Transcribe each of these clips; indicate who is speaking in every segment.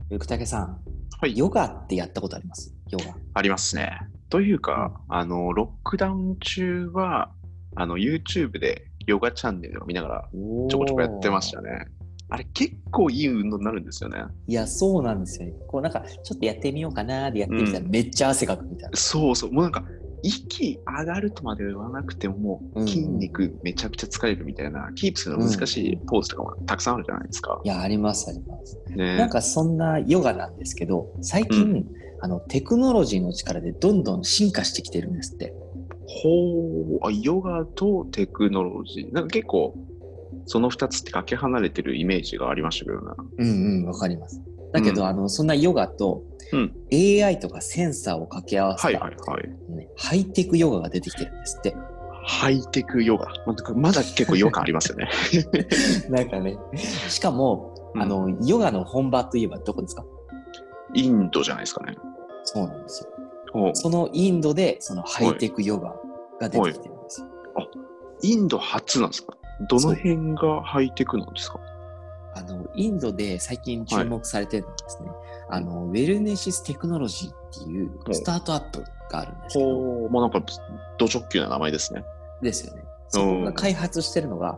Speaker 1: 福武さん、
Speaker 2: はい、
Speaker 1: ヨガってやったことあります？ヨガ。
Speaker 2: ありますね。という
Speaker 1: うん。
Speaker 2: か、ロックダウン中は、YouTube でヨガチャンネルを見ながらちょこちょこやってまし
Speaker 1: おー。
Speaker 2: たね。あれ結構いい運動になるんですよね。
Speaker 1: いや、そうなんですよね。こうなんか、ちょっとやってみようかなーでやってみたら
Speaker 2: うん。
Speaker 1: めっちゃ汗かくみたいな。
Speaker 2: そうそう。もうなんか、息上がるとまでは言わなくても、もう
Speaker 1: うん
Speaker 2: 筋
Speaker 1: うん
Speaker 2: 肉めちゃくちゃ疲れるみたいな、キープする
Speaker 1: うん。
Speaker 2: の難
Speaker 1: うんうん。
Speaker 2: しいポーズとかもたくさんあるじゃないですか。
Speaker 1: いや、ありますあります。なん
Speaker 2: ね。
Speaker 1: かそんなヨガなんですけど、最
Speaker 2: うん。
Speaker 1: 近、テクノロジーの力でどんどん進化してきてるんですって。
Speaker 2: ほう、ヨガとテクノロジー。なんか結構、その二つってかけ離れてるイメージがありましたけどな。
Speaker 1: うんうん、わかります。だけど、
Speaker 2: うん。
Speaker 1: そんなヨガと
Speaker 2: うん。
Speaker 1: AI とかセンサーを掛け合わせ
Speaker 2: はい
Speaker 1: た、
Speaker 2: はいはい。
Speaker 1: ね、ハイテクヨガが出てきてるんですって。
Speaker 2: ハイテクヨガ。まだ結構違和感ありますよね。
Speaker 1: なんかね、しかも、
Speaker 2: うん。
Speaker 1: ヨガの本場といえばどこですか？
Speaker 2: インドじゃないですかね。
Speaker 1: そうなんですよ。
Speaker 2: お
Speaker 1: そのインドで、そのハイ
Speaker 2: はい。
Speaker 1: テクヨガが出て
Speaker 2: はい。
Speaker 1: きてるんですよ。
Speaker 2: あ、インド初なんですか？どの
Speaker 1: そう。
Speaker 2: 辺がハイテクなんですか？
Speaker 1: インドで最近注
Speaker 2: はい。
Speaker 1: 目されてるのはですね、
Speaker 2: うん。
Speaker 1: ウェルネシステクノロジーっていうスタートアップがあるんですけど、
Speaker 2: もうなんか、ド直球な名前ですね。
Speaker 1: ですよね。
Speaker 2: う
Speaker 1: そこが開
Speaker 2: ん。
Speaker 1: 発してるのが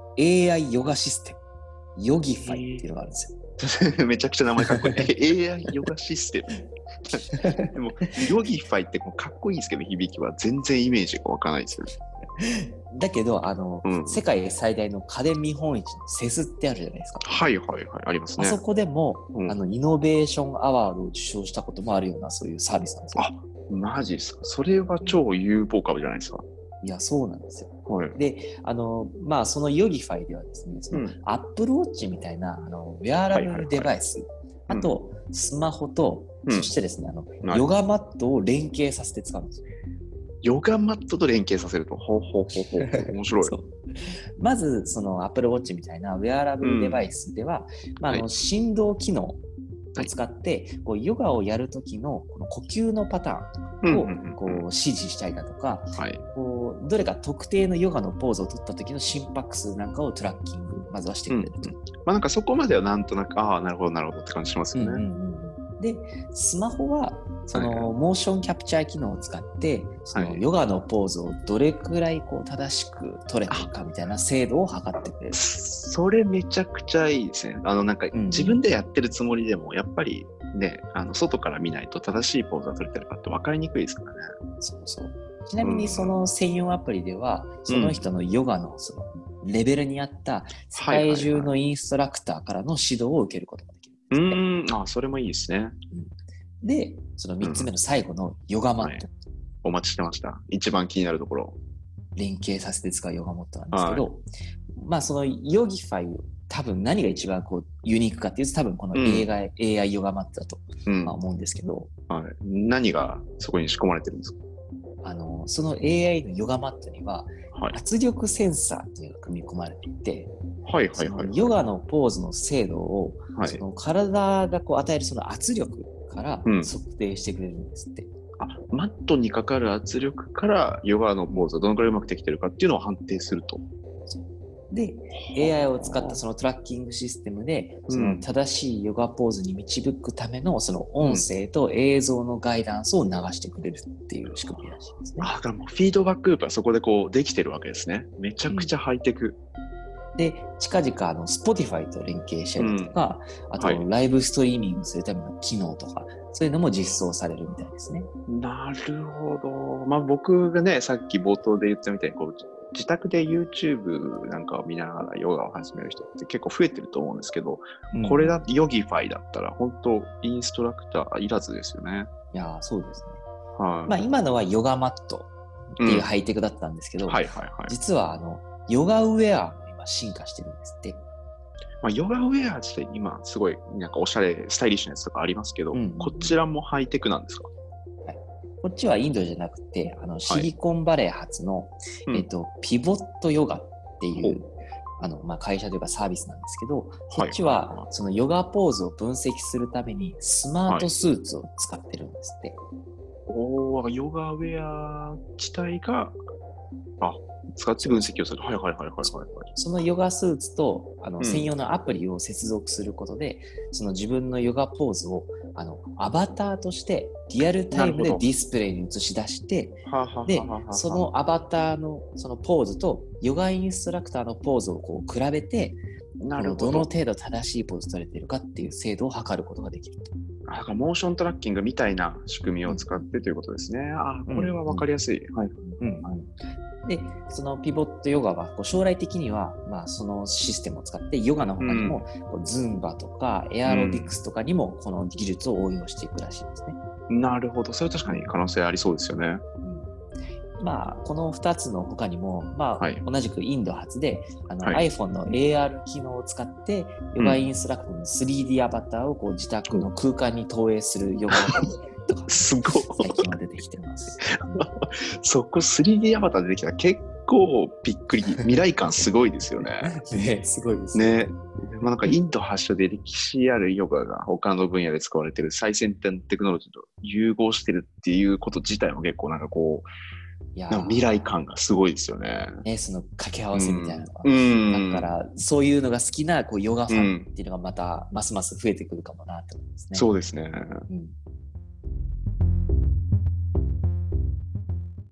Speaker 1: AI ヨガシステム、ヨギファイっていうの
Speaker 2: え
Speaker 1: があるんですよ。
Speaker 2: めちゃくちゃ名前かっこいい。AI ヨガシステム。でも、ヨギファイってこうかっこいいですけど、響きは全然イメージが湧かないですよね。
Speaker 1: だけど、
Speaker 2: うん。
Speaker 1: 世界最大の家電見本市のセスってあるじゃないですか。
Speaker 2: はいはいはい。ありますね。
Speaker 1: あそこでも、
Speaker 2: うん。
Speaker 1: イノベーションアワードを受賞したこともあるような、そういうサービスなんですよ。
Speaker 2: あ、マジですか。それは超有望株じゃないですか。
Speaker 1: いや、そうなんですよ。
Speaker 2: はい。
Speaker 1: で、まあ、そのヨギファイではですね、その
Speaker 2: うん。
Speaker 1: アップルウォッチみたいな、ウェアラ
Speaker 2: はい
Speaker 1: ブルデ
Speaker 2: はいはい。
Speaker 1: バイス、
Speaker 2: うん。
Speaker 1: あと、スマホと、
Speaker 2: うん。
Speaker 1: そしてですね、
Speaker 2: はい。
Speaker 1: ヨガマットを連携させて使うんですよ。
Speaker 2: ヨガマットと連携させると。ほうほうほうほうほう。面白い。
Speaker 1: そう。まず、その Apple Watch みたいなウェアラブルデバイ
Speaker 2: うん。
Speaker 1: スでは、まあ、
Speaker 2: はい。
Speaker 1: 振動機能を
Speaker 2: はい。
Speaker 1: 使って、こうヨガをやるときのこの呼吸のパタ
Speaker 2: うん。うん。
Speaker 1: ーンをこう
Speaker 2: うん。うん。
Speaker 1: 指示したりだとか、
Speaker 2: はい。
Speaker 1: こうどれか特定のヨガのポーズを取った時の心拍数なんかをトラッキング、まずはして
Speaker 2: うん。うん。
Speaker 1: くれると。
Speaker 2: まあなんかそこまではなんとなく、ああ、なるほどなるほどって感じしますよね。
Speaker 1: で、スマホはそ
Speaker 2: はいはい。
Speaker 1: のモーションキャプチャー機能を使ってそ
Speaker 2: はい。
Speaker 1: のヨガのポーズをどれくらいこう正しく取れてる
Speaker 2: あ、
Speaker 1: かみたいな精度を測ってくれる。
Speaker 2: それめちゃくちゃいいですね。なんか自分でやってるつもりでも、やっぱりね、外から見ないと正しいポーズが取れてるかって分かりにくいですからね。
Speaker 1: そうそう。ちな
Speaker 2: う
Speaker 1: みにそ
Speaker 2: ん。
Speaker 1: の専用アプリでは、その
Speaker 2: うん。
Speaker 1: 人のヨガのそのレベルに合った世
Speaker 2: はいは
Speaker 1: 界
Speaker 2: いはい。
Speaker 1: 中のインストラクターからの指導を受けることができるんで
Speaker 2: う
Speaker 1: すって。
Speaker 2: ーん。あ、それもいいですね。
Speaker 1: で、その3つ目
Speaker 2: うん。
Speaker 1: の最後のヨガマ
Speaker 2: はい。
Speaker 1: ット。
Speaker 2: お待ちしてました。一番気になるところ。
Speaker 1: 連携させて使うヨガマットなんですけ
Speaker 2: は
Speaker 1: ど、まあそのヨギファイ多分何が一番こうユニークかっていうと多分この
Speaker 2: い。うん。
Speaker 1: AI ヨガマットだと、
Speaker 2: うん。
Speaker 1: まあ、思うんですけど、
Speaker 2: はい。何がそこに仕込まれてるんですか？
Speaker 1: その AI のヨガマットには
Speaker 2: はい。
Speaker 1: 圧力センサーっていうのが組み込まれていて、
Speaker 2: はいはい
Speaker 1: その
Speaker 2: はいはい。
Speaker 1: ヨガのポーズの精度を
Speaker 2: はい。
Speaker 1: その体がこう与えるその圧力から
Speaker 2: うん。
Speaker 1: 測定してくれるんですって。
Speaker 2: あ、マットにかかる圧力からヨガのポーズがどのくらいうまくできてるかっていうのを判定すると。
Speaker 1: で、AI を使ったそのトラッキングシステムで、その
Speaker 2: うん。
Speaker 1: 正しいヨガポーズに導くためのその音
Speaker 2: うん。
Speaker 1: 声と映像のガイダンスを流してくれるっていう仕組みらしいですね。
Speaker 2: あ、だからもうフィードバックループはそこでこうできてるわけですね。めちゃ
Speaker 1: うん。
Speaker 2: くちゃハイテク。
Speaker 1: で、近々Spotify と連携したりだと
Speaker 2: うん。
Speaker 1: か、あ
Speaker 2: はい。
Speaker 1: とライブストリーミングするための機能とか、そういうのも実装されるみたいですね。
Speaker 2: なるほど。まあ僕がね、さっき冒頭で言ったみたいに、こう、自宅で YouTube なんかを見ながらヨガを始める人って結構増えてると思うんですけど、
Speaker 1: うんうん。
Speaker 2: これだ、ヨギファイだったら本当インストラクターいらずですよね。
Speaker 1: いやー、そうですね。
Speaker 2: は
Speaker 1: まあ今のはヨガマット
Speaker 2: い。
Speaker 1: っていう
Speaker 2: うん。
Speaker 1: ハイテクだったんですけど、
Speaker 2: はいはいはい。
Speaker 1: 実はヨガウェアも今進化してるんですって。
Speaker 2: まあ、ヨガウェア自体今すごいなんかおしゃれ、スタイリッシュなやつとかありますけど、こちらもハイテクなんですか？
Speaker 1: はい、こっちはインドじゃなくて、シ
Speaker 2: はい。
Speaker 1: リコンバレー発の、
Speaker 2: うん。
Speaker 1: ピボットヨガって
Speaker 2: ほう。
Speaker 1: いう、まあ、会社というかサービスなんですけど、そっ
Speaker 2: はい
Speaker 1: ちは、
Speaker 2: はいは
Speaker 1: そのヨガポーズを分析するために、スマ
Speaker 2: い。
Speaker 1: ート
Speaker 2: はい。
Speaker 1: スーツを使ってるんですって。
Speaker 2: おー、ヨガウェア自体が、あ、 使って分析をする。はいはいはいはいはい。
Speaker 1: そのヨガスーツと
Speaker 2: ん
Speaker 1: 専用のアプリを接続することで、その自分のヨガポーズをアバターとしてリアルタイムでディスプレイに映し出して、で、そのアバターのそのポーズとヨガインストラクターのポーズをこう比べて、
Speaker 2: なるほど。
Speaker 1: どの程度正しいポーズ取れているかっていう精度を測ることができると。
Speaker 2: なんかモーショントラッキングみたいな仕組みを使ってということですね。これは分かりやすい。はい。
Speaker 1: で、そのピボットヨガは将来的には、そのシステムを使ってヨガの他にも、ズンバとかエアロビクスとかにもこの技術を応用していくらしいですね。
Speaker 2: なるほど。それは確かに可能性ありそうですよね。
Speaker 1: この2つの他にも、同じくインド発でiPhone の AR 機能を使ってヨガインストラクターの 3D アバターをこう自宅の空間に投影するヨガとか
Speaker 2: すごい
Speaker 1: 最近は出てきてます。
Speaker 2: そこ 3D アバター出てきたら結構びっくり、未来感すごいですよね。
Speaker 1: ね、すごいです
Speaker 2: ね。なんかインド発祥で歴史あるヨガが他の分野で使われてる最先端テクノロジーと融合してるっていうこと自体も結構なんかこう、なんか未来感がすごいですよね。
Speaker 1: その掛け合わせみたいなのが。だからそういうのが好きなヨガファンっていうのがまたますます増えてくるかもなと思いますね。
Speaker 2: そうですね。